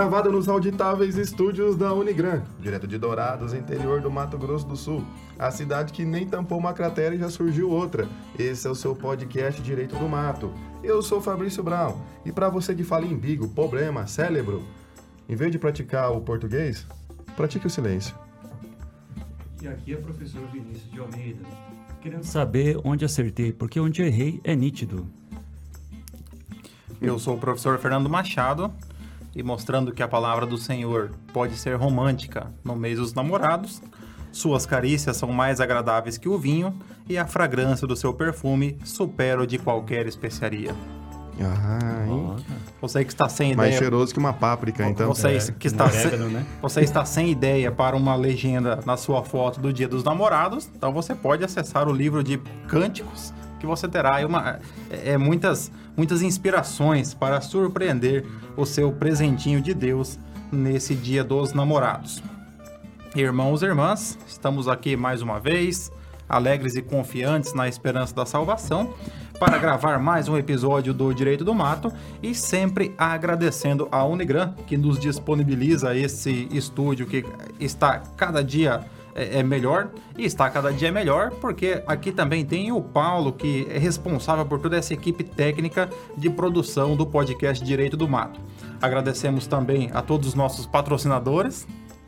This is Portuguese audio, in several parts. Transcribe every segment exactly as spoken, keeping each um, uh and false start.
Gravado nos auditáveis estúdios da Unigran, direto de Dourados, interior do Mato Grosso do Sul. A cidade que nem tampou uma cratera e já surgiu outra. Esse é o seu podcast Direito do Mato. Eu sou Fabrício Brown. E para você que fala em bigo, problema, cérebro, em vez de praticar o português, pratique o silêncio. E aqui é o professor Vinícius de Almeida. Querendo saber onde acertei, porque onde errei é nítido. Eu sou o professor Fernando Machado. E mostrando que a palavra do Senhor pode ser romântica no mês dos namorados, suas carícias são mais agradáveis que o vinho e a fragrância do seu perfume supera o de qualquer especiaria. Ah, hein? Você que está sem ideia... Mais cheiroso que uma páprica, então. Você, é, que está orégano, sem, né? você está sem ideia para uma legenda na sua foto do Dia dos Namorados, então você pode acessar o livro de Cânticos, que você terá aí uma, é, muitas, muitas inspirações para surpreender o seu presentinho de Deus nesse Dia dos Namorados. Irmãos e irmãs, estamos aqui mais uma vez, alegres e confiantes na esperança da salvação, para gravar mais um episódio do Direito do Mato e sempre agradecendo a Unigran, que nos disponibiliza esse estúdio que está cada dia é melhor, e está cada dia melhor, porque aqui também tem o Paulo, que é responsável por toda essa equipe técnica de produção do podcast Direito do Mato. Agradecemos também a todos os nossos patrocinadores,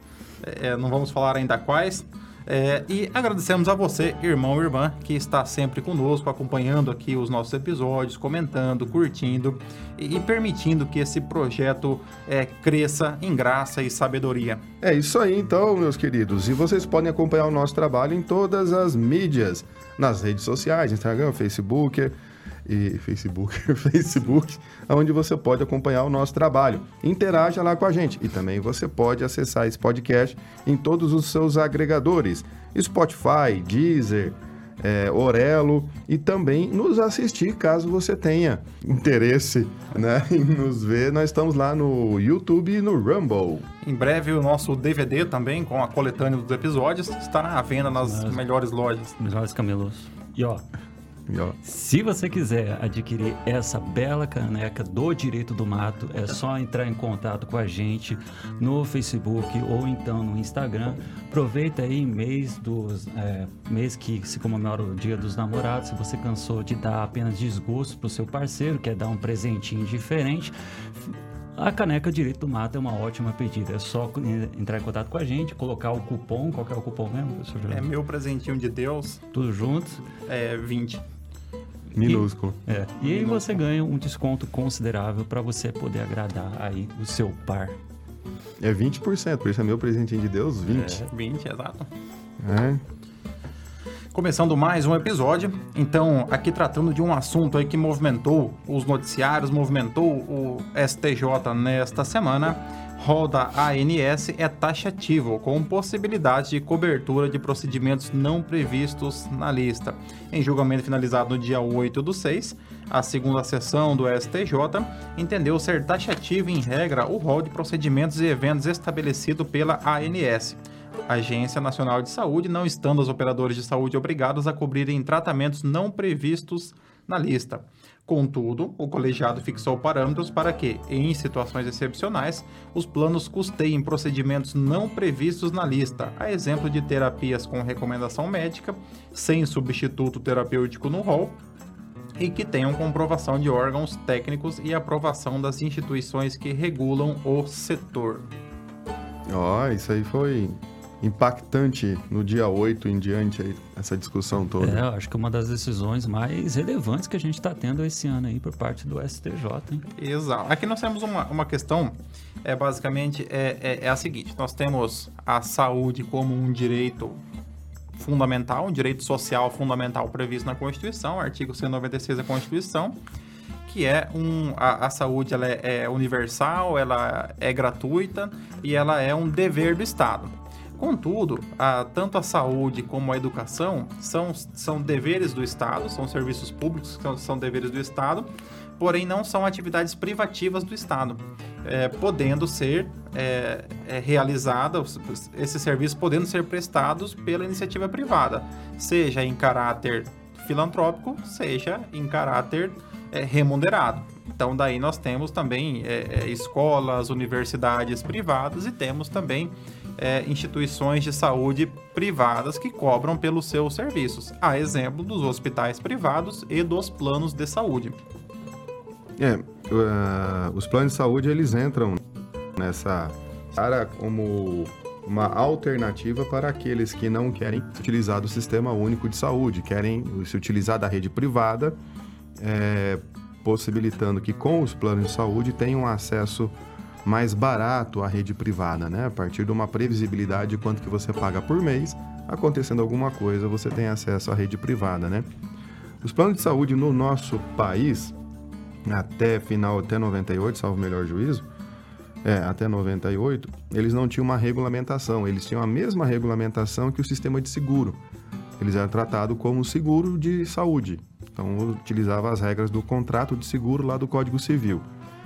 é, não vamos falar ainda quais, é, e agradecemos a você, irmão e irmã, que está sempre conosco, acompanhando aqui os nossos episódios, comentando, curtindo e, e permitindo que esse projeto é, cresça em graça e sabedoria. É isso aí então, meus queridos. E vocês podem acompanhar o nosso trabalho em todas as mídias, nas redes sociais, Instagram, Facebook e Facebook, Facebook, onde você pode acompanhar o nosso trabalho. Interaja lá com a gente. E também você pode acessar esse podcast em todos os seus agregadores, Spotify, Deezer, é, Orelo, e também nos assistir caso você tenha interesse, né, em nos ver. Nós estamos lá no YouTube e no Rumble. Em breve o nosso D V D também, com a coletânea dos episódios, estará à venda nas Mas, melhores lojas. Melhores camelôs. E ó, E, ó, se você quiser adquirir essa bela caneca do Direito do Mato, é só entrar em contato com a gente no Facebook ou então no Instagram. Aproveita aí mês dos é, mês que se comemora o Dia dos Namorados. Se você cansou de dar apenas desgosto pro seu parceiro, quer dar um presentinho diferente, a caneca Direito do Mato é uma ótima pedida. É só entrar em contato com a gente, colocar o cupom. Qual que é o cupom mesmo, professor Juliano? É meu presentinho de Deus. Tudo junto? É vinte. minúsculo. E, é, e aí você ganha um desconto considerável para você poder agradar aí o seu par. É vinte por cento, por isso é meu presentinho de Deus, vinte. É, vinte, exato. É. Começando mais um episódio, então aqui tratando de um assunto aí que movimentou os noticiários, movimentou o S T J nesta semana. Rol da A N S é taxativo, com possibilidade de cobertura de procedimentos não previstos na lista. Em julgamento finalizado no dia oito do seis, a segunda sessão do S T J entendeu ser taxativo em regra o rol de procedimentos e eventos estabelecido pela A N S, Agência Nacional de Saúde, não estando os operadores de saúde obrigados a cobrirem tratamentos não previstos na lista. Contudo, o colegiado fixou parâmetros para que, em situações excepcionais, os planos custeiem procedimentos não previstos na lista, a exemplo de terapias com recomendação médica, sem substituto terapêutico no rol, e que tenham comprovação de órgãos técnicos e aprovação das instituições que regulam o setor. Ó, oh, isso aí foi impactante no dia oito em diante, aí, essa discussão toda. É, eu acho que é uma das decisões mais relevantes que a gente está tendo esse ano aí por parte do S T J, hein? Exato. Aqui nós temos uma, uma questão, é, basicamente, é, é, é a seguinte: nós temos a saúde como um direito fundamental, um direito social fundamental previsto na Constituição, artigo cento e noventa e seis da Constituição, que é um, a, a saúde ela é, é universal, ela é gratuita e ela é um dever do Estado. Contudo, a, tanto a saúde como a educação são, são deveres do Estado, são serviços públicos que são, são deveres do Estado, porém não são atividades privativas do Estado, é, podendo ser é, é, realizadas, esses serviços podendo ser prestados pela iniciativa privada, seja em caráter filantrópico, seja em caráter é, remunerado. Então, daí nós temos também é, é, escolas, universidades privadas e temos também é, instituições de saúde privadas que cobram pelos seus serviços. A exemplo dos hospitais privados e dos planos de saúde. É, uh, os planos de saúde, eles entram nessa área como uma alternativa para aqueles que não querem utilizar do Sistema Único de Saúde, querem se utilizar da rede privada, é, possibilitando que com os planos de saúde tenham acesso mais barato à rede privada, né? A partir de uma previsibilidade de quanto que você paga por mês, acontecendo alguma coisa, você tem acesso à rede privada, né? Os planos de saúde no nosso país, até final, até noventa e oito, salvo o melhor juízo, é, até noventa e oito, eles não tinham uma regulamentação, eles tinham a mesma regulamentação que o sistema de seguro. Eles eram tratados como seguro de saúde, então utilizava as regras do contrato de seguro lá do Código Civil.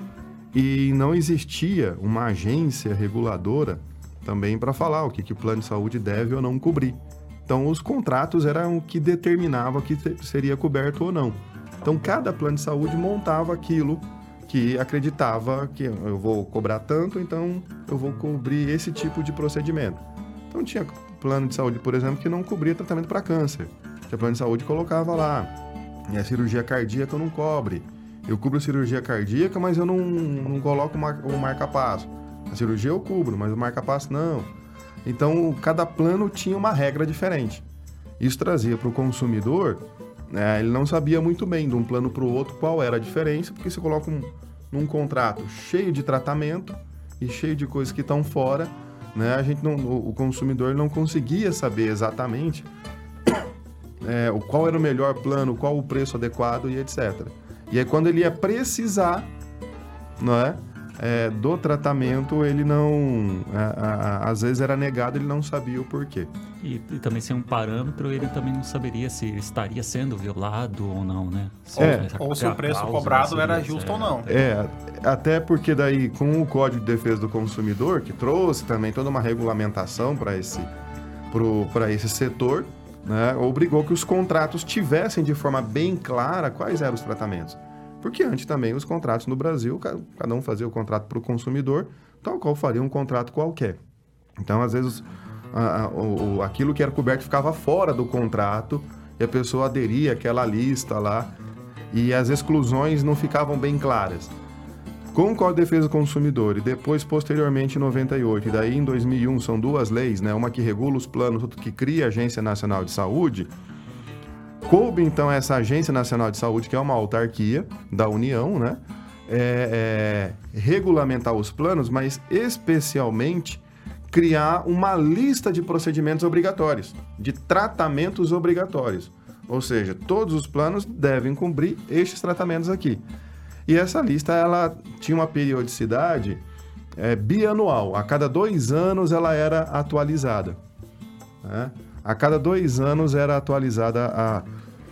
E não existia uma agência reguladora também para falar o que, que o plano de saúde deve ou não cobrir. Então os contratos eram o que determinava o que seria coberto ou não. Então cada plano de saúde montava aquilo que acreditava que eu vou cobrar tanto, então eu vou cobrir esse tipo de procedimento. Então tinha plano de saúde, por exemplo, que não cobria tratamento para câncer. Tinha plano de saúde que colocava lá, e a cirurgia cardíaca eu não cobre. Eu cubro cirurgia cardíaca, mas eu não, não coloco o marca-passo. A cirurgia eu cubro, mas o marca-passo não. Então cada plano tinha uma regra diferente. Isso trazia para o consumidor, né, ele não sabia muito bem de um plano para o outro qual era a diferença, porque você coloca um, num contrato cheio de tratamento e cheio de coisas que estão fora, né, a gente não, o consumidor não conseguia saber exatamente é, qual era o melhor plano, qual o preço adequado e etcétera. E aí quando ele ia precisar, não é, é, do tratamento, ele não, a, a, às vezes era negado, ele não sabia o porquê. E, e também sem um parâmetro, ele também não saberia se estaria sendo violado ou não, né? Se, é. Ou se o preço cobrado era justo é, ou não. É, até porque daí com o Código de Defesa do Consumidor, que trouxe também toda uma regulamentação para esse, para esse setor, né, obrigou que os contratos tivessem de forma bem clara quais eram os tratamentos. Porque antes também os contratos no Brasil, cada um fazia o contrato para o consumidor, tal qual faria um contrato qualquer. Então, às vezes, a, a, o, aquilo que era coberto ficava fora do contrato e a pessoa aderia àquela lista lá e as exclusões não ficavam bem claras. Com o Código de Defesa do Consumidor e depois, posteriormente, em noventa e oito, e daí em dois mil e um, são duas leis, né? Uma que regula os planos, outra que cria a Agência Nacional de Saúde. Coube, então, essa Agência Nacional de Saúde, que é uma autarquia da União, né? É, é, regulamentar os planos, mas especialmente criar uma lista de procedimentos obrigatórios, de tratamentos obrigatórios. Ou seja, todos os planos devem cumprir estes tratamentos aqui. E essa lista, ela tinha uma periodicidade é, bianual. A cada dois anos ela era atualizada, né? A cada dois anos era atualizada a...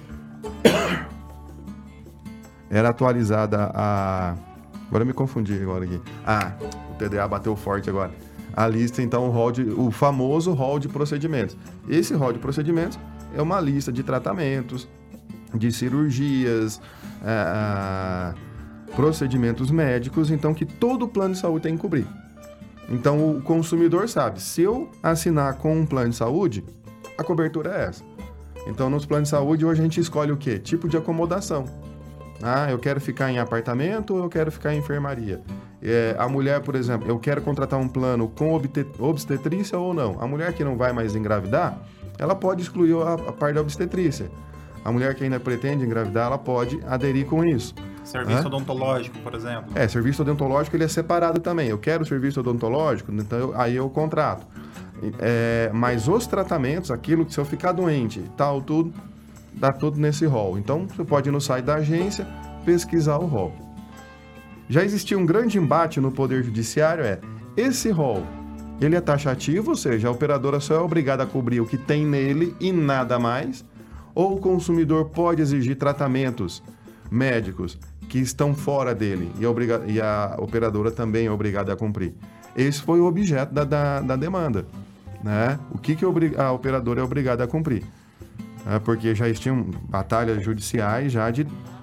Era atualizada a... Agora eu me confundi agora aqui. Ah, o T D A bateu forte agora. A lista, então, o, rol de... o famoso rol de procedimentos. Esse rol de procedimentos é uma lista de tratamentos, de cirurgias, é... procedimentos médicos, então, que todo plano de saúde tem que cobrir. Então, o consumidor sabe, se eu assinar com um plano de saúde, a cobertura é essa. Então, nos planos de saúde, hoje a gente escolhe o quê? Tipo de acomodação. Ah, eu quero ficar em apartamento ou eu quero ficar em enfermaria? É, a mulher, por exemplo, eu quero contratar um plano com obstetrícia ou não? A mulher que não vai mais engravidar, ela pode excluir a, a parte da obstetrícia. A mulher que ainda pretende engravidar, ela pode aderir com isso. Serviço Hã? odontológico, por exemplo. É, serviço odontológico ele é separado também. Eu quero serviço odontológico, então eu, aí eu contrato. É, mas os tratamentos, aquilo que se eu ficar doente, tal, tudo, dá tudo nesse rol. Então, você pode ir no site da agência, pesquisar o rol. Já existia um grande embate no Poder Judiciário, é, esse rol, ele é taxativo, ou seja, a operadora só é obrigada a cobrir o que tem nele e nada mais, ou o consumidor pode exigir tratamentos médicos que estão fora dele e a, obriga- e a operadora também é obrigada a cumprir. Esse foi o objeto da, da, da demanda, né? O que, que a operadora é obrigada a cumprir? É porque já existiam batalhas judiciais já de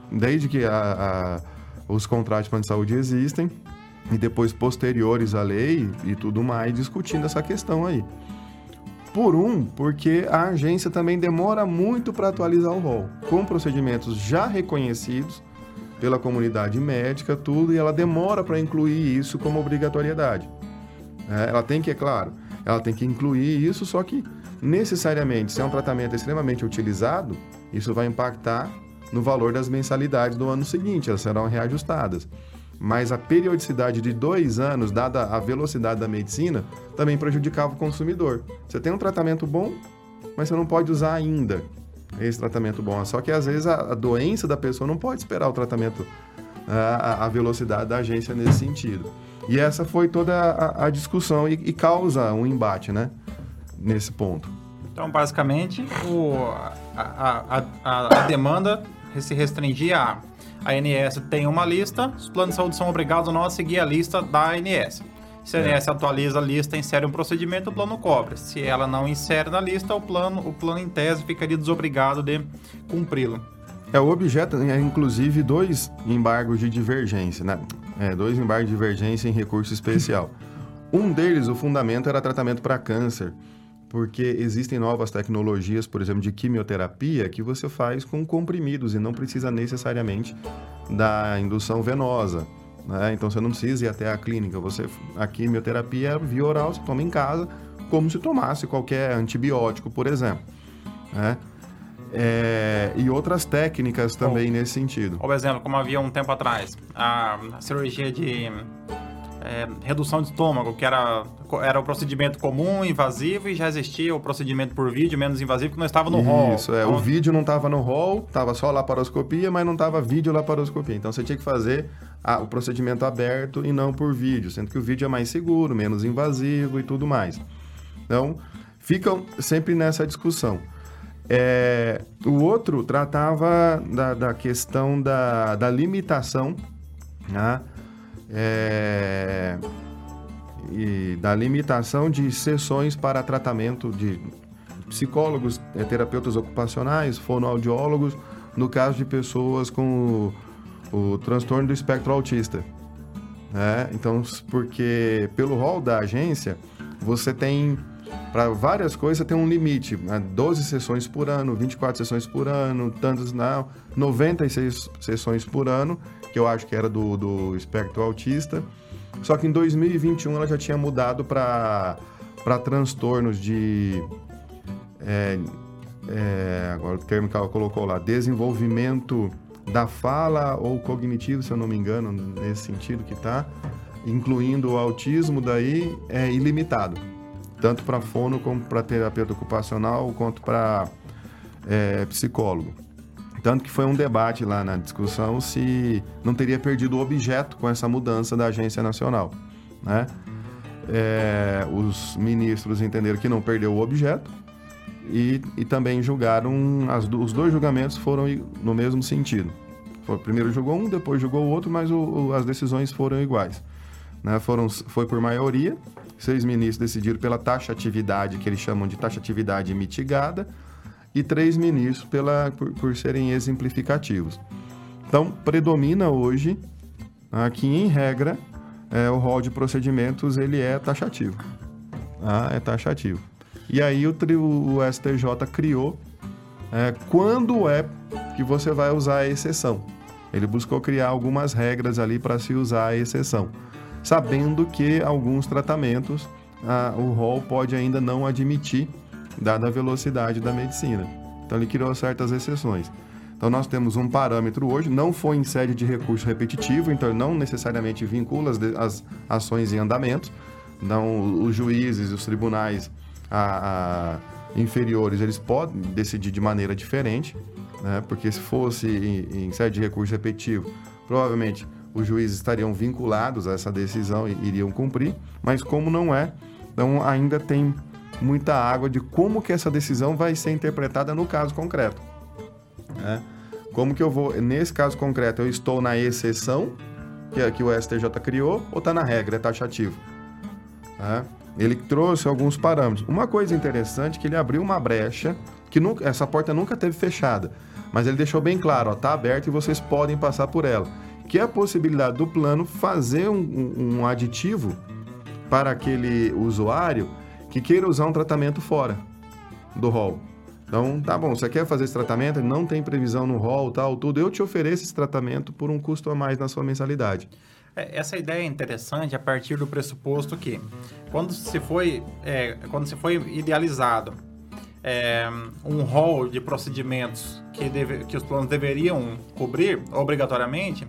desde que a, a, os contratos de plano de saúde existem, e depois posteriores à lei e tudo mais, discutindo essa questão aí. Por um, porque a agência também demora muito para atualizar o rol, com procedimentos já reconhecidos pela comunidade médica, tudo, e ela demora para incluir isso como obrigatoriedade. É, ela tem que, é claro, ela tem que incluir isso, só que necessariamente, se é um tratamento extremamente utilizado, isso vai impactar no valor das mensalidades do ano seguinte, elas serão reajustadas. Mas a periodicidade de dois anos, dada a velocidade da medicina, também prejudicava o consumidor. Você tem um tratamento bom, mas você não pode usar ainda esse tratamento bom. Só que, às vezes, a, a doença da pessoa não pode esperar o tratamento, a, a velocidade da agência nesse sentido. E essa foi toda a, a discussão e, e causa um embate, né, nesse ponto. Então, basicamente, o, a, a, a, a demanda se restringia a... A A N S tem uma lista, os planos de saúde são obrigados ou não a seguir a lista da A N S. Se a ANS é. atualiza a lista, insere um procedimento, o plano cobre. Se ela não insere na lista, o plano, o plano em tese ficaria desobrigado de cumpri-lo. É, o objeto é, inclusive, dois embargos de divergência, né? É, dois embargos de divergência em recurso especial. Um deles, o fundamento, era tratamento para câncer, porque existem novas tecnologias, por exemplo, de quimioterapia, que você faz com comprimidos e não precisa necessariamente da indução venosa, né? Então, você não precisa ir até a clínica. Você, a quimioterapia é via oral, você toma em casa, como se tomasse qualquer antibiótico, por exemplo, né? É, e outras técnicas também, oh, nesse sentido. Por exemplo, como havia um tempo atrás, a, a cirurgia de... É, redução de estômago, que era, era o procedimento comum, invasivo, e já existia o procedimento por vídeo, menos invasivo, que não estava no rol. Isso, é, então... o vídeo não estava no rol, estava só laparoscopia, mas não estava vídeo laparoscopia. Então, você tinha que fazer a, o procedimento aberto e não por vídeo, sendo que o vídeo é mais seguro, menos invasivo e tudo mais. Então, ficam sempre nessa discussão. É, o outro tratava da, da questão da, da limitação, né? É, e da limitação de sessões para tratamento de psicólogos, terapeutas ocupacionais, fonoaudiólogos, no caso de pessoas com o, o transtorno do espectro autista, né? Então, porque pelo rol da agência, você tem, para várias coisas, você tem um limite, né? doze sessões por ano, vinte e quatro sessões por ano, tantas não, noventa e seis sessões por ano, que eu acho que era do, do espectro autista. Só que em dois mil e vinte e um ela já tinha mudado para para transtornos de... É, é, agora o termo que ela colocou lá, desenvolvimento da fala ou cognitivo, se eu não me engano, nesse sentido que tá, incluindo o autismo, daí é ilimitado. Tanto para fono, como para terapeuta ocupacional, quanto para é, psicólogo. Tanto que foi um debate lá na discussão se não teria perdido o objeto com essa mudança da Agência Nacional, né? É, os ministros entenderam que não perdeu o objeto e, e também julgaram, as, os dois julgamentos foram no mesmo sentido. Foi, primeiro julgou um, depois julgou o outro, mas o, o, as decisões foram iguais, né? Foram, foi por maioria, seis ministros decidiram pela taxatividade, que eles chamam de taxatividade mitigada, e três ministros pela, por, por serem exemplificativos. Então, predomina hoje, aqui em regra, é, o rol de procedimentos ele é taxativo. Ah, é taxativo. E aí o, o S T J criou é, quando é que você vai usar a exceção. Ele buscou criar algumas regras ali para se usar a exceção, sabendo que alguns tratamentos ah, o rol pode ainda não admitir, dada a velocidade da medicina. Então, ele criou certas exceções. Então, nós temos um parâmetro hoje, não foi em sede de recurso repetitivo, então ele não necessariamente vincula as, de, as ações em andamento. Então, os juízes e os tribunais a, a, inferiores, eles podem decidir de maneira diferente, né? Porque se fosse em, em sede de recurso repetitivo, provavelmente os juízes estariam vinculados a essa decisão e iriam cumprir, mas como não é, então ainda tem muita água de como que essa decisão vai ser interpretada no caso concreto, né? Como que eu vou, nesse caso concreto, eu estou na exceção que, é, que o S T J criou ou está na regra, é taxativo, né? Ele trouxe alguns parâmetros. Uma coisa interessante é que ele abriu uma brecha, que nunca, essa porta nunca teve fechada, Mas ele deixou bem claro, está aberto e vocês podem passar por ela. Que é a possibilidade do plano fazer um, um, um aditivo para aquele usuário que queira usar um tratamento fora do rol. Então, tá bom, você quer fazer esse tratamento, não tem previsão no rol, tal, tudo, eu te ofereço esse tratamento por um custo a mais na sua mensalidade. Essa ideia é interessante a partir do pressuposto que, quando se foi, é, quando se foi idealizado é, um rol de procedimentos que, deve, que os planos deveriam cobrir obrigatoriamente,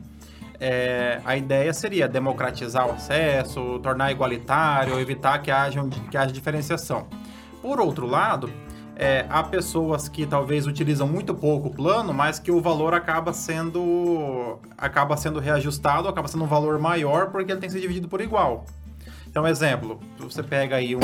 é, a ideia seria democratizar o acesso, tornar igualitário, evitar que haja, que haja diferenciação. Por outro lado, É, há pessoas que talvez utilizam muito pouco o plano, mas que o valor acaba sendo, acaba sendo reajustado, acaba sendo um valor maior porque ele tem que ser dividido por igual. Então, exemplo, você pega aí um,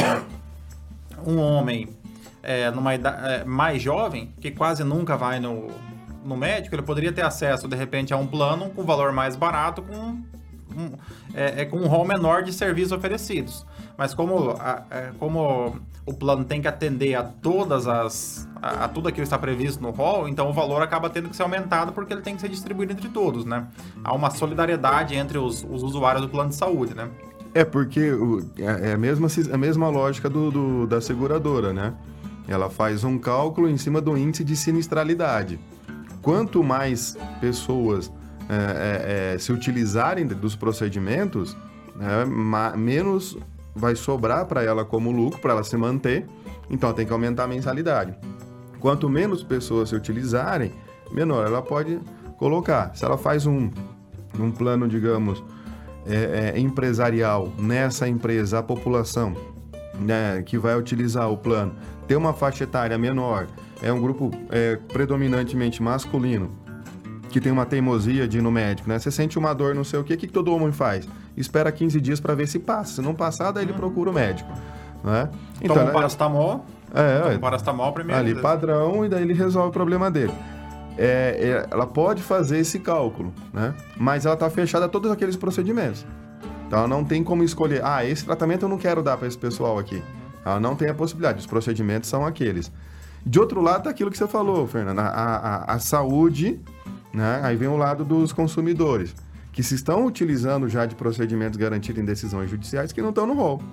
um homem é, numa idade, é, mais jovem, que quase nunca vai no, no médico, ele poderia ter acesso, de repente, a um plano com valor mais barato, com um, é, é, com um rol menor de serviços oferecidos. Mas como, a, a, como o plano tem que atender a todas as a, a tudo aquilo que está previsto no rol, então o valor acaba tendo que ser aumentado porque ele tem que ser distribuído entre todos, né? Há uma solidariedade entre os, os usuários do plano de saúde, né? É porque o, é a mesma, a mesma lógica do, do, da seguradora, né? Ela faz um cálculo em cima do índice de sinistralidade. Quanto mais pessoas é, é, é, se utilizarem dos procedimentos, é, ma, menos vai sobrar para ela como lucro, para ela se manter, então tem que aumentar a mensalidade. Quanto menos pessoas se utilizarem, menor ela pode colocar. Se ela faz um, um plano, digamos, é, é, empresarial, nessa empresa, a população, né, que vai utilizar o plano, tem uma faixa etária menor, é um grupo é, predominantemente masculino, que tem uma teimosia de ir no médico, né? Você sente uma dor, não sei o quê, o que, que todo homem faz? Espera quinze dias para ver se passa. Se não passar, daí ele procura o médico, né? Então, toma um paracetamol, é, toma um paracetamol primeiro. Ali, padrão, e daí ele resolve o problema dele. É, é, ela pode fazer esse cálculo, né? Mas ela está fechada a todos aqueles procedimentos. Então, ela não tem como escolher, ah, esse tratamento eu não quero dar para esse pessoal aqui. Ela não tem a possibilidade, os procedimentos são aqueles. De outro lado, tá aquilo que você falou, Fernanda, a, a, a saúde... Né? Aí vem o lado dos consumidores, que se estão utilizando já de procedimentos garantidos em decisões judiciais que não estão no rol.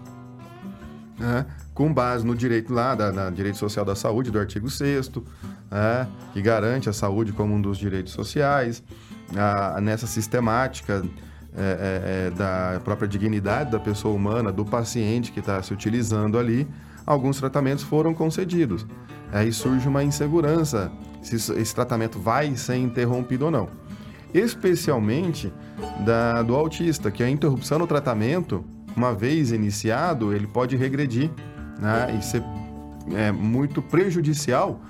Né? Com base no direito lá, da, da Direito Social da Saúde, do artigo sexto, né? Que garante a saúde como um dos direitos sociais, a, nessa sistemática é, é, da própria dignidade da pessoa humana, do paciente que está se utilizando ali, alguns tratamentos foram concedidos. Aí surge uma insegurança se esse tratamento vai ser interrompido ou não. Especialmente da, do autista, que a interrupção do tratamento, uma vez iniciado, ele pode regredir, né, e ser é, muito prejudicial,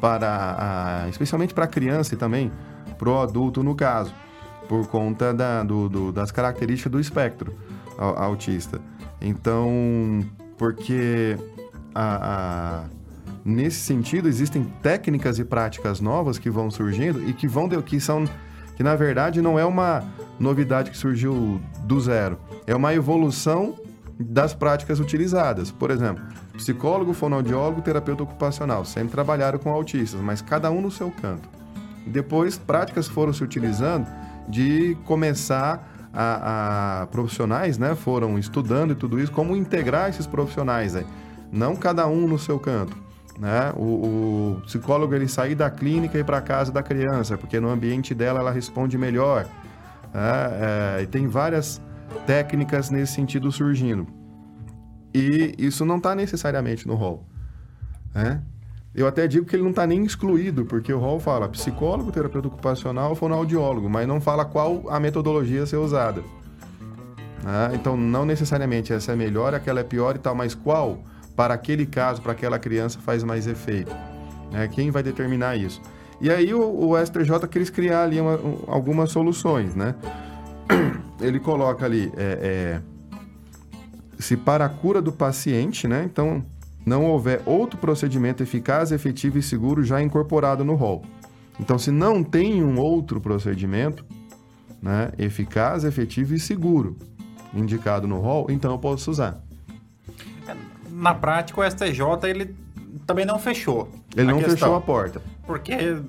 para a, especialmente para a criança e também para o adulto, no caso, por conta da, do, do, das características do espectro autista. Então, porque a... a nesse sentido, existem técnicas e práticas novas que vão surgindo e que vão que são que na verdade não é uma novidade que surgiu do zero, é uma evolução das práticas utilizadas. Por exemplo, psicólogo, fonoaudiólogo, terapeuta ocupacional sempre trabalharam com autistas, mas cada um no seu canto. Depois, práticas foram se utilizando de começar a, a profissionais, né, foram estudando e tudo isso, como integrar esses profissionais aí, não cada um no seu canto. Né? O, o psicólogo ele sair da clínica e ir para casa da criança, porque no ambiente dela ela responde melhor. Né? É, e tem várias técnicas nesse sentido surgindo. E isso não está necessariamente no rol. Né? Eu até digo que ele não está nem excluído, porque o rol fala psicólogo, terapeuta ocupacional, fonoaudiólogo, mas não fala qual a metodologia a ser usada. Né? Então, não necessariamente essa é melhor, aquela é pior e tal, mas qual... para aquele caso, para aquela criança, faz mais efeito. Né? Quem vai determinar isso? E aí o, o S T J quis criar ali uma, um, algumas soluções, né? Ele coloca ali, é, é, se para a cura do paciente, né? Então, não houver outro procedimento eficaz, efetivo e seguro já incorporado no rol. Então, se não tem um outro procedimento, né, eficaz, efetivo e seguro indicado no rol, então eu posso usar. Na prática, o S T J ele também não fechou. Ele não questão, fechou a porta. Porque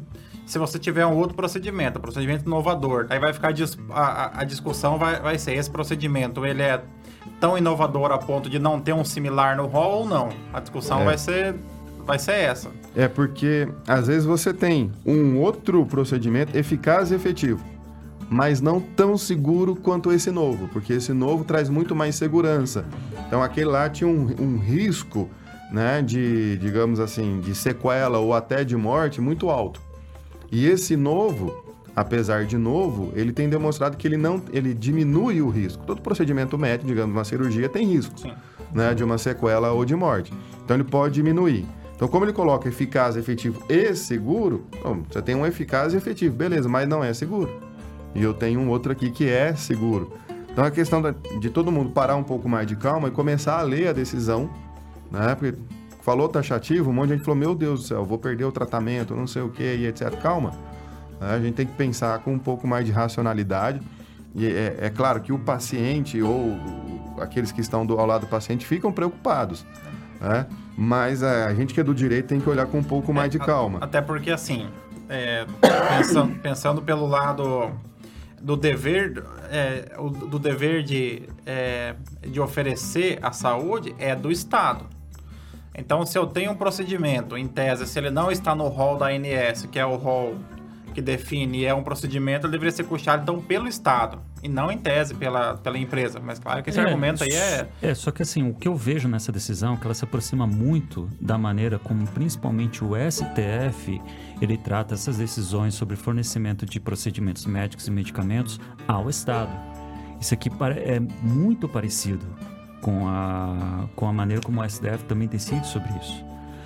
se você tiver um outro procedimento, um procedimento inovador, aí vai ficar a, a discussão vai, vai ser, esse procedimento, ele é tão inovador a ponto de não ter um similar no rol ou não? A discussão é. vai ser, vai ser essa. É porque, às vezes, você tem um outro procedimento eficaz e efetivo, mas não tão seguro quanto esse novo, porque esse novo traz muito mais segurança. Então, aquele lá tinha um, um risco, né, de, digamos assim, de sequela ou até de morte muito alto. E esse novo, apesar de novo, ele tem demonstrado que ele não, ele diminui o risco. Todo procedimento médico, digamos, uma cirurgia, tem risco, Sim. né, de uma sequela ou de morte. Então, ele pode diminuir. Então, como ele coloca eficaz, efetivo e seguro, bom, você tem um eficaz e efetivo, beleza, mas não é seguro. E eu tenho um outro aqui que é seguro. Então, a questão de todo mundo parar um pouco mais de calma e começar a ler a decisão, né? Porque falou taxativo, um monte de gente falou, meu Deus do céu, vou perder o tratamento, não sei o que, e etcétera. Calma, né? A gente tem que pensar com um pouco mais de racionalidade. E é, é claro que o paciente ou aqueles que estão do, ao lado do paciente ficam preocupados, né? Mas a, a gente que é do direito tem que olhar com um pouco mais de calma. Até porque, assim, é, pensando, pensando pelo lado do dever, é, do dever de, é, de oferecer a saúde é do Estado. Então, se eu tenho um procedimento, em tese, se ele não está no rol da A N S, que é o rol que define, é um procedimento, ele deveria ser custeado, então, pelo Estado, e não, em tese, pela, pela empresa. Mas, claro que esse é, argumento aí é... É, só que, assim, o que eu vejo nessa decisão é que ela se aproxima muito da maneira como, principalmente, o S T F, ele trata essas decisões sobre fornecimento de procedimentos médicos e medicamentos ao Estado. Isso aqui é muito parecido com a, com a maneira como o S T F também decide sobre isso.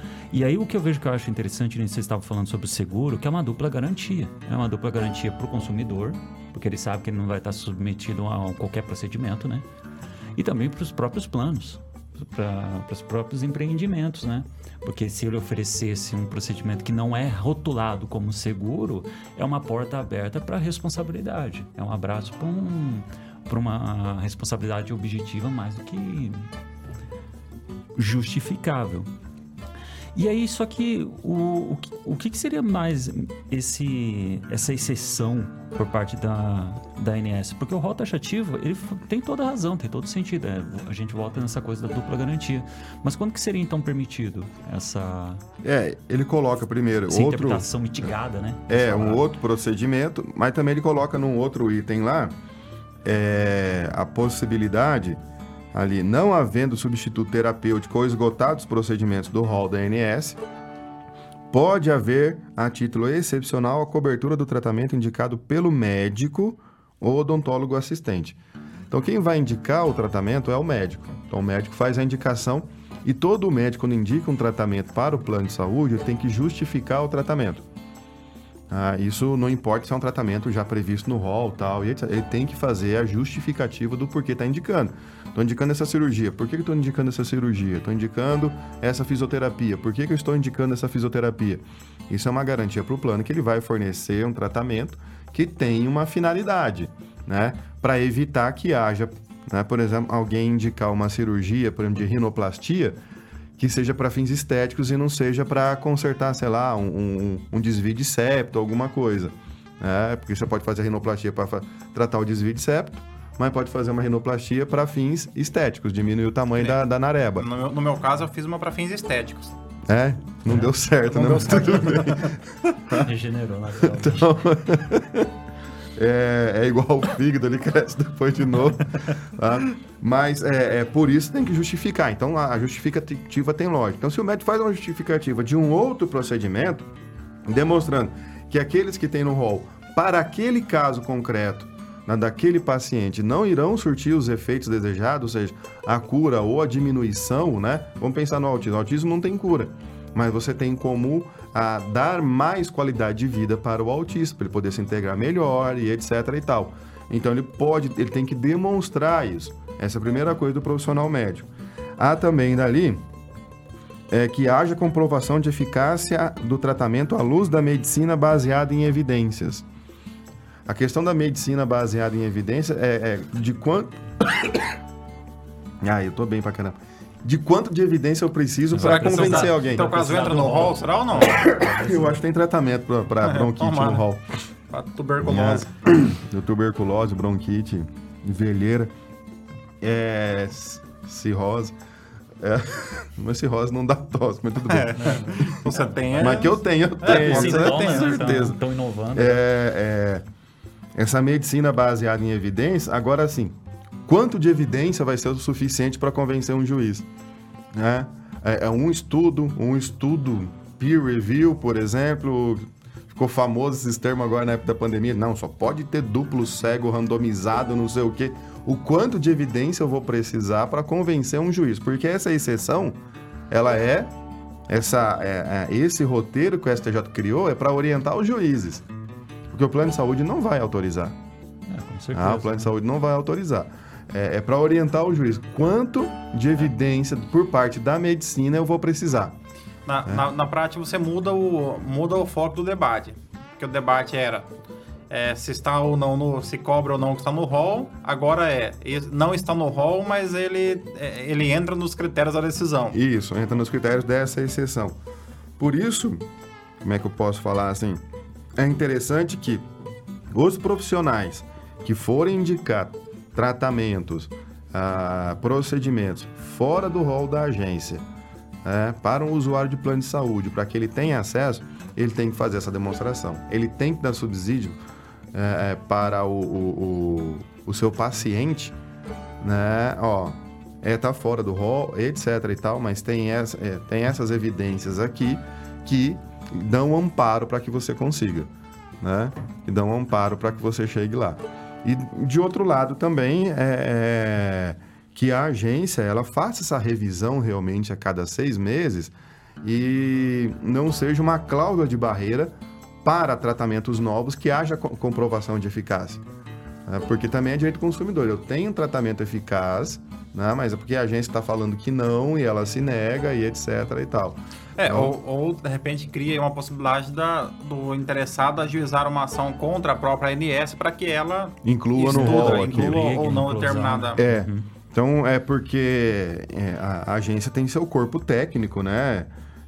E aí o que eu vejo que eu acho interessante, você estava falando sobre o seguro, que é uma dupla garantia. É uma dupla garantia para o consumidor, porque ele sabe que ele não vai estar submetido a qualquer procedimento, né? E também para os próprios planos, para os próprios empreendimentos, né? Porque se ele oferecesse um procedimento que não é rotulado como seguro, é uma porta aberta para a responsabilidade. É um abraço para um... para uma responsabilidade objetiva mais do que justificável. E aí, só que o, o, que, o que seria mais esse, essa exceção por parte da, da A N S? Porque o rol taxativo, ele tem toda a razão, tem todo sentido. É, a gente volta nessa coisa da dupla garantia. Mas quando que seria, então, permitido essa... É, ele coloca primeiro essa outro... interpretação mitigada, né? É, um outro procedimento, mas também ele coloca num outro item lá, é, a possibilidade... ali, não havendo substituto terapêutico ou esgotados os procedimentos do rol da A N S, pode haver, a título excepcional, a cobertura do tratamento indicado pelo médico ou odontólogo assistente. Então, quem vai indicar o tratamento é o médico. Então, o médico faz a indicação e todo médico, quando indica um tratamento para o plano de saúde, ele tem que justificar o tratamento. Ah, isso não importa se é um tratamento já previsto no rol, tal, e etcétera. Ele tem que fazer a justificativa do porquê está indicando. Estou indicando essa cirurgia. Por que estou indicando essa cirurgia? Estou indicando essa fisioterapia. Por que, que eu estou indicando essa fisioterapia? Isso é uma garantia para o plano que ele vai fornecer um tratamento que tem uma finalidade, né? Para evitar que haja, né, por exemplo, alguém indicar uma cirurgia, por exemplo, de rinoplastia, que seja para fins estéticos e não seja para consertar, sei lá, um, um, um desvio de septo, alguma coisa. Né? Porque você pode fazer a rinoplastia para fa- tratar o desvio de septo, mas pode fazer uma rinoplastia para fins estéticos, diminuir o tamanho da, da nareba. No meu, no meu caso, eu fiz uma para fins estéticos. É? Não é. deu certo, não né? Deu certo. Regenerou na então, é, é igual o fígado, ele cresce depois de novo. Tá? Mas é, é por isso que tem que justificar. Então, a justificativa tem lógica. Então, se o médico faz uma justificativa de um outro procedimento, demonstrando que aqueles que têm no rol, para aquele caso concreto, né, daquele paciente, não irão surtir os efeitos desejados, ou seja, a cura ou a diminuição, né? Vamos pensar no autismo. O autismo não tem cura, mas você tem como a, dar mais qualidade de vida para o autista, para ele poder se integrar melhor e etc e tal. Então, ele pode, ele tem que demonstrar isso. Essa é a primeira coisa do profissional médico. Há também dali é, que haja comprovação de eficácia do tratamento à luz da medicina baseada em evidências. A questão da medicina baseada em evidência é, é de quanto... ah, eu tô bem pra caramba. de quanto de evidência eu preciso para convencer tá, alguém. Então, caso entra no rol, será ou não? Eu acho que tem tratamento para bronquite é, no rol. Para tuberculose. É, tuberculose, bronquite, velheira, é, cirrose. É, mas cirrose não dá tosse, mas tudo bem. É, você tem... Mas que eu tenho, eu tenho, é, eu tenho certeza. Estão inovando. É, é, essa medicina baseada em evidência, agora sim, quanto de evidência vai ser o suficiente para convencer um juiz? Né? É, é um estudo, um estudo peer review, por exemplo, ficou famoso esses termos agora na época da pandemia, não, só pode ter duplo cego, randomizado, não sei o quê. O quanto de evidência eu vou precisar para convencer um juiz? Porque essa exceção, ela é, essa, é, é esse roteiro que o S T J criou é para orientar os juízes. Porque o plano de saúde não vai autorizar. É, com certeza. Ah, o plano de saúde não vai autorizar. É, é para orientar o juiz. Quanto de evidência por parte da medicina eu vou precisar? Na, é. na, na prática, você muda o, muda o foco do debate. Porque o debate era é, se está ou não, no, se cobra ou não que está no rol. Agora é, não está no rol, mas ele, é, ele entra nos critérios da decisão. Isso, entra nos critérios dessa exceção. Por isso, como é que eu posso falar assim? É interessante que os profissionais que forem indicar tratamentos, ah, procedimentos fora do rol da agência, é, para um usuário de plano de saúde, para que ele tenha acesso, ele tem que fazer essa demonstração. Ele tem que dar subsídio é, para o, o, o, o seu paciente, né? Ó, é, tá fora do rol, etc e tal, mas tem, essa, é, tem essas evidências aqui que dão amparo para que você consiga, né? Que dão amparo para que você chegue lá. E de outro lado também é, é que a agência ela faça essa revisão realmente a cada seis meses e não seja uma cláusula de barreira para tratamentos novos que haja comprovação de eficácia. É, porque também é direito do consumidor. Eu tenho um tratamento eficaz, né, mas é porque a agência está falando que não e ela se nega e etc e tal. É, então, ou, ou de repente cria uma possibilidade da, do interessado ajuizar uma ação contra a própria A N S para que ela inclua estuda, no rol inclua ou não determinada. É, uhum. Então é porque é, a, a agência tem seu corpo técnico, né?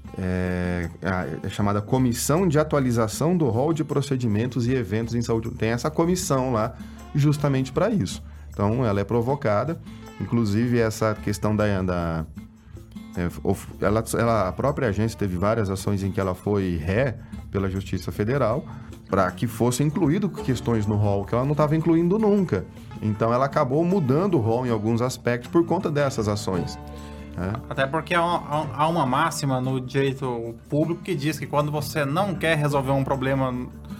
É, é chamada Comissão de Atualização do Rol de Procedimentos e Eventos em Saúde. Tem essa comissão lá justamente para isso. Então ela é provocada, inclusive essa questão da... da É, ela, ela, a própria agência teve várias ações em que ela foi ré pela Justiça Federal para que fosse incluído questões no rol que ela não estava incluindo nunca. Então ela acabou mudando o rol em alguns aspectos por conta dessas ações. É. Até porque há uma, há uma máxima no direito público que diz que quando você não quer resolver um problema...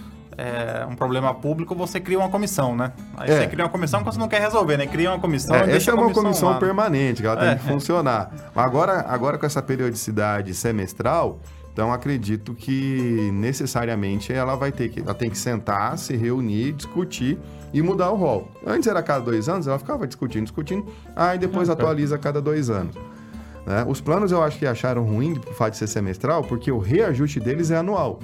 É, um problema público, você cria uma comissão, né? Aí é. Você cria uma comissão que você não quer resolver, né? Cria uma comissão é, e deixa essa é uma comissão lá, permanente, que ela é, tem que funcionar. Agora, agora, com essa periodicidade semestral, então acredito que necessariamente ela vai ter que, ela tem que sentar, se reunir, discutir e mudar o rol. Antes era a cada dois anos, ela ficava discutindo, discutindo, aí depois ah, atualiza a cada dois anos. Né? Os planos eu acho que acharam ruim o fato de ser semestral, porque o reajuste deles é anual.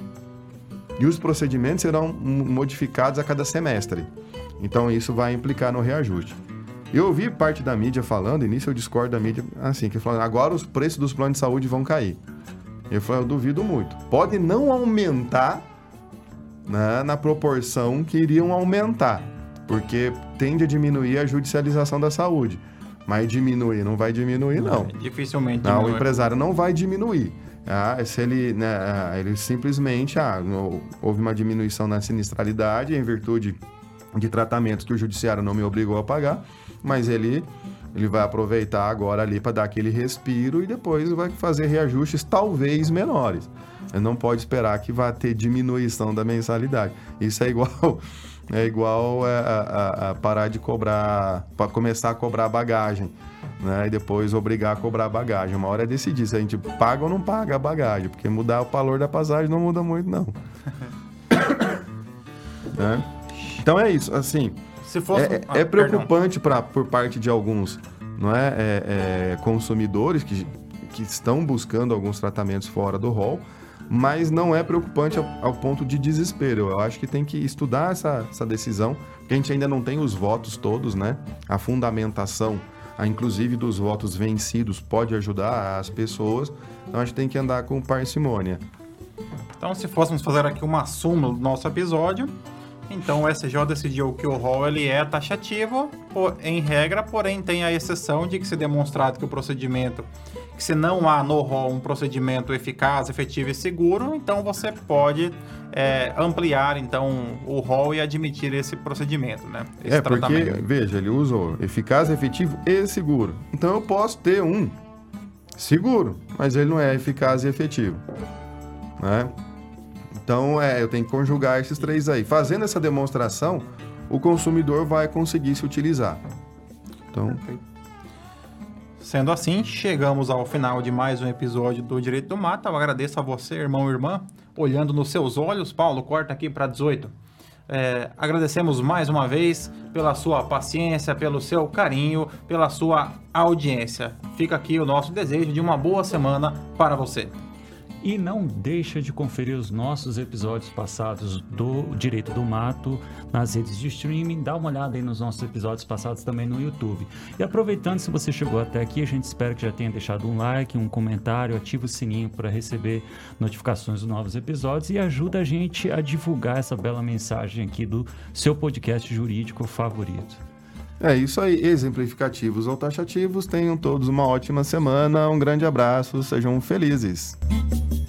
E os procedimentos serão modificados a cada semestre. Então, isso vai implicar no reajuste. Eu ouvi parte da mídia falando, e nisso eu discordo da mídia, assim, que falando, agora os preços dos planos de saúde vão cair. Eu falei, eu duvido muito. Pode não aumentar, né, na proporção que iriam aumentar, porque tende a diminuir a judicialização da saúde. Mas diminuir, não vai diminuir, não. não dificilmente não, diminui. O empresário não vai diminuir. Ah, se ele, né, ele simplesmente, ah, houve uma diminuição na sinistralidade em virtude de tratamentos que o judiciário não me obrigou a pagar, mas ele, ele vai aproveitar agora ali para dar aquele respiro e depois vai fazer reajustes talvez menores. Ele não pode esperar que vá ter diminuição da mensalidade. Isso é igual, é igual a, a, a parar de cobrar, para começar a cobrar bagagem. Né, e depois obrigar a cobrar a bagagem. Uma hora é decidir se a gente paga ou não paga a bagagem, porque mudar o valor da passagem não muda muito, não. Né? Então é isso, assim, se fosse... é, ah, é preocupante pra, por parte de alguns, não é, é, é consumidores que, que estão buscando alguns tratamentos fora do rol, mas não é preocupante ao, ao ponto de desespero. Eu acho que tem que estudar essa, essa decisão, porque a gente ainda não tem os votos todos, né? A fundamentação a, inclusive dos votos vencidos, pode ajudar as pessoas. Então a gente tem que andar com parcimônia. Então, se fôssemos fazer aqui uma súmula do nosso episódio, então o S J decidiu que o rol ele é taxativo, por, em regra, porém tem a exceção de que se demonstrado que o procedimento, que se não há no rol um procedimento eficaz, efetivo e seguro, então você pode é, ampliar então o rol e admitir esse procedimento, né? Esse é, porque, veja, ele usou eficaz, efetivo e seguro. Então eu posso ter um seguro, mas ele não é eficaz e efetivo, né? Então, é, eu tenho que conjugar esses três aí. Fazendo essa demonstração, o consumidor vai conseguir se utilizar. Então... Sendo assim, chegamos ao final de mais um episódio do Direito do Mato. Eu agradeço a você, irmão e irmã, olhando nos seus olhos. Paulo, corta aqui para dezoito. É, agradecemos mais uma vez pela sua paciência, pelo seu carinho, pela sua audiência. Fica aqui o nosso desejo de uma boa semana para você. E não deixa de conferir os nossos episódios passados do Direito do Mato nas redes de streaming. Dá uma olhada aí nos nossos episódios passados também no YouTube. E aproveitando, se você chegou até aqui, a gente espera que já tenha deixado um like, um comentário, ativa o sininho para receber notificações dos novos episódios e ajuda a gente a divulgar essa bela mensagem aqui do seu podcast jurídico favorito. É isso aí, exemplificativos ou taxativos. Tenham todos uma ótima semana, um grande abraço, sejam felizes.